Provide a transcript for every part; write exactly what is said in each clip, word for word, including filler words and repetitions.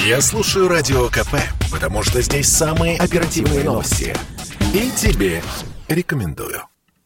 Я слушаю Радио КП, потому что здесь самые оперативные новости. И тебе рекомендую.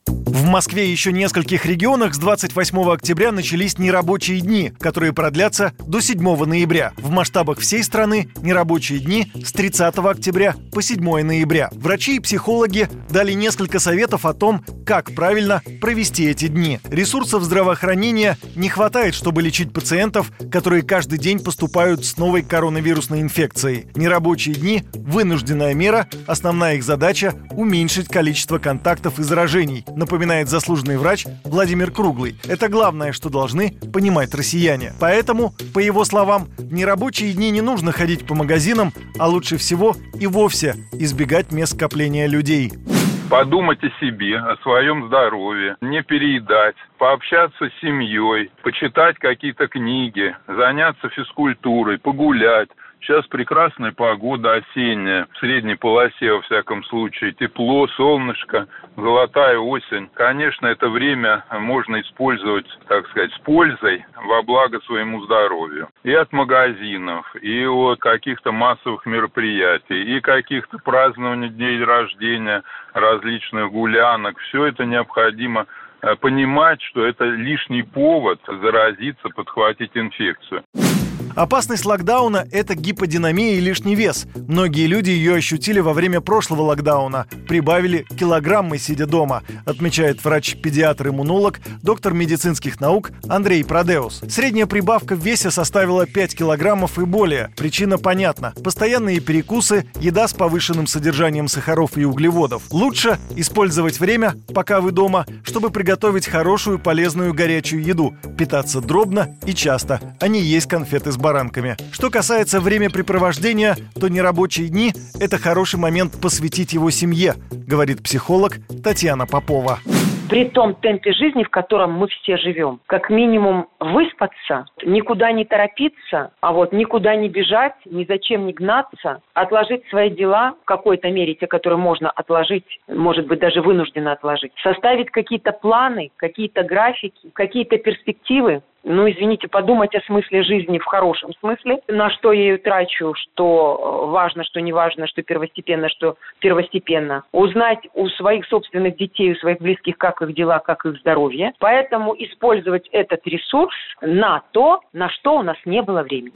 В Москве и еще нескольких регионах с двадцать восьмого октября начались нерабочие дни, которые продлятся до седьмого ноября. В масштабах всей страны нерабочие дни с тридцатого октября по седьмого ноября. Врачи и психологи дали несколько советов о том, как правильно провести эти дни. Ресурсов здравоохранения не хватает, чтобы лечить пациентов, которые каждый день поступают с новой коронавирусной инфекцией. Нерабочие дни – вынужденная мера, основная их задача – уменьшить количество контактов и заражений, напоминает заслуженный врач Владимир Круглый. Это главное, что должны понимать россияне. Поэтому, по его словам, в нерабочие дни не нужно ходить по магазинам, а лучше всего и вовсе избегать мест скопления людей. Подумать о себе, о своем здоровье, не переедать, пообщаться с семьей, почитать какие-то книги, заняться физкультурой, погулять. Сейчас прекрасная погода осенняя, в средней полосе, во всяком случае, тепло, солнышко, золотая осень. Конечно, это время можно использовать, так сказать, с пользой во благо своему здоровью. И от магазинов, и от каких-то массовых мероприятий, и каких-то празднований дней рождения, различных гулянок. Все это необходимо понимать, что это лишний повод заразиться, подхватить инфекцию. Опасность локдауна – это гиподинамия и лишний вес. Многие люди ее ощутили во время прошлого локдауна. Прибавили килограммы, сидя дома, отмечает врач-педиатр-иммунолог, доктор медицинских наук Андрей Продеус. Средняя прибавка в весе составила пять килограммов и более. Причина понятна. Постоянные перекусы, еда с повышенным содержанием сахаров и углеводов. Лучше использовать время, пока вы дома, чтобы приготовить хорошую, полезную горячую еду, питаться дробно и часто, а не есть конфеты с баранками. Что касается времяпрепровождения, то нерабочие дни – это хороший момент посвятить его семье, говорит психолог Татьяна Попова. При том темпе жизни, в котором мы все живем, как минимум выспаться, никуда не торопиться, а вот никуда не бежать, ни зачем не гнаться, отложить свои дела, в какой-то мере те, которые можно отложить, может быть, даже вынужденно отложить, составить какие-то планы, какие-то графики, какие-то перспективы. Ну, извините, подумать о смысле жизни в хорошем смысле, на что я ее трачу, что важно, что не важно, что первостепенно, что первостепенно. Узнать у своих собственных детей, у своих близких, как их дела, как их здоровье. Поэтому использовать этот ресурс на то, на что у нас не было времени.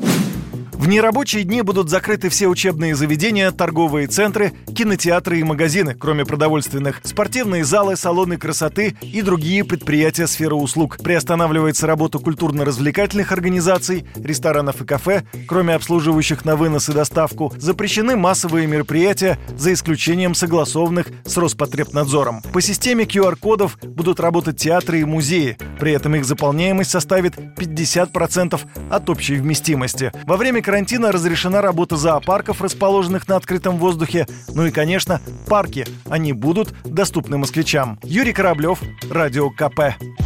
В нерабочие дни будут закрыты все учебные заведения, торговые центры, кинотеатры и магазины, кроме продовольственных, спортивные залы, салоны красоты и другие предприятия сферы услуг. Приостанавливается работа культурно-развлекательных организаций, ресторанов и кафе, кроме обслуживающих на вынос и доставку. Запрещены массовые мероприятия, за исключением согласованных с Роспотребнадзором. По системе ку ар-кодов будут работать театры и музеи. При этом их заполняемость составит пятьдесят процентов от общей вместимости. Во время карантина разрешена работа зоопарков, расположенных на открытом воздухе. Ну и, конечно, парки. Они будут доступны москвичам. Юрий Кораблев, Радио КП.